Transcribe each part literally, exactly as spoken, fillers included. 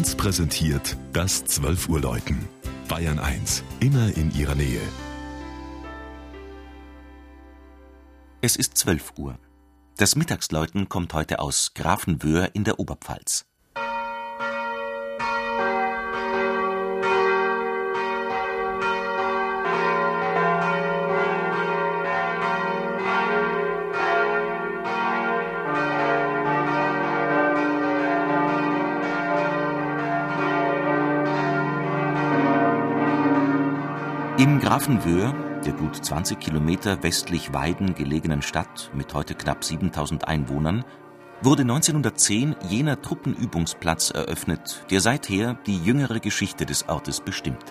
eins präsentiert das zwölf Uhr Läuten. Bayern eins, immer in ihrer Nähe. Es ist zwölf Uhr. Das Mittagsläuten kommt heute aus Grafenwöhr in der Oberpfalz. In Grafenwöhr, der gut zwanzig Kilometer westlich Weiden gelegenen Stadt mit heute knapp siebentausend Einwohnern, wurde neunzehnhundertzehn jener Truppenübungsplatz eröffnet, der seither die jüngere Geschichte des Ortes bestimmt.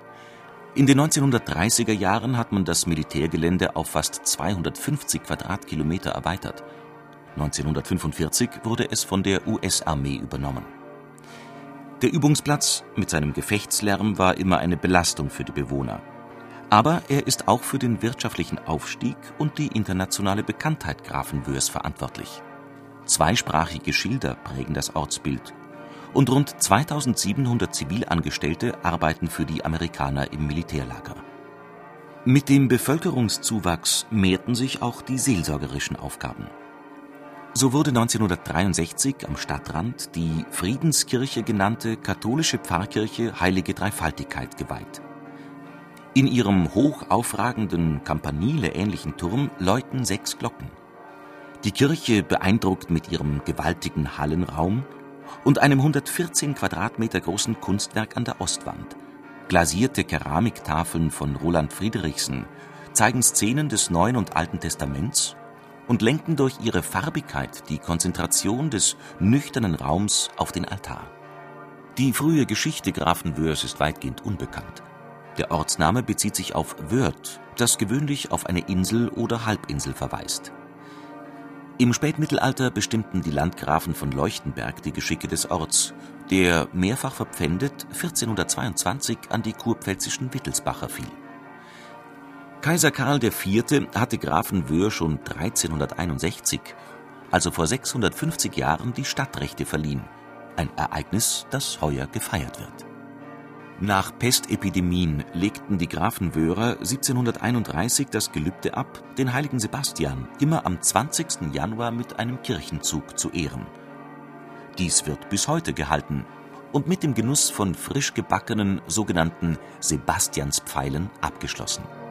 In den neunzehnhundertdreißiger Jahren hat man das Militärgelände auf fast zweihundertfünfzig Quadratkilometer erweitert. neunzehnhundertfünfundvierzig wurde es von der U S-Armee übernommen. Der Übungsplatz mit seinem Gefechtslärm war immer eine Belastung für die Bewohner. Aber er ist auch für den wirtschaftlichen Aufstieg und die internationale Bekanntheit Grafenwöhrs verantwortlich. Zweisprachige Schilder prägen das Ortsbild und rund zweitausendsiebenhundert Zivilangestellte arbeiten für die Amerikaner im Militärlager. Mit dem Bevölkerungszuwachs mehrten sich auch die seelsorgerischen Aufgaben. So wurde neunzehnhundertdreiundsechzig am Stadtrand die Friedenskirche genannte katholische Pfarrkirche Heilige Dreifaltigkeit geweiht. In ihrem hoch aufragenden, Campanile-ähnlichen Turm läuten sechs Glocken. Die Kirche beeindruckt mit ihrem gewaltigen Hallenraum und einem hundertvierzehn Quadratmeter großen Kunstwerk an der Ostwand. Glasierte Keramiktafeln von Roland Friedrichsen zeigen Szenen des Neuen und Alten Testaments und lenken durch ihre Farbigkeit die Konzentration des nüchternen Raums auf den Altar. Die frühe Geschichte Grafenwöhrs ist weitgehend unbekannt. Der Ortsname bezieht sich auf Wörth, das gewöhnlich auf eine Insel oder Halbinsel verweist. Im Spätmittelalter bestimmten die Landgrafen von Leuchtenberg die Geschicke des Orts, der mehrfach verpfändet vierzehnhundertzweiundzwanzig an die kurpfälzischen Wittelsbacher fiel. Kaiser Karl der Vierte hatte Grafenwöhr schon dreizehnhunderteinundsechzig, also vor sechshundertfünfzig Jahren, die Stadtrechte verliehen, ein Ereignis, das heuer gefeiert wird. Nach Pestepidemien legten die Grafenwöhrer siebzehnhunderteinunddreißig das Gelübde ab, den heiligen Sebastian immer am zwanzigsten Januar mit einem Kirchenzug zu ehren. Dies wird bis heute gehalten und mit dem Genuss von frisch gebackenen sogenannten Sebastianspfeilen abgeschlossen.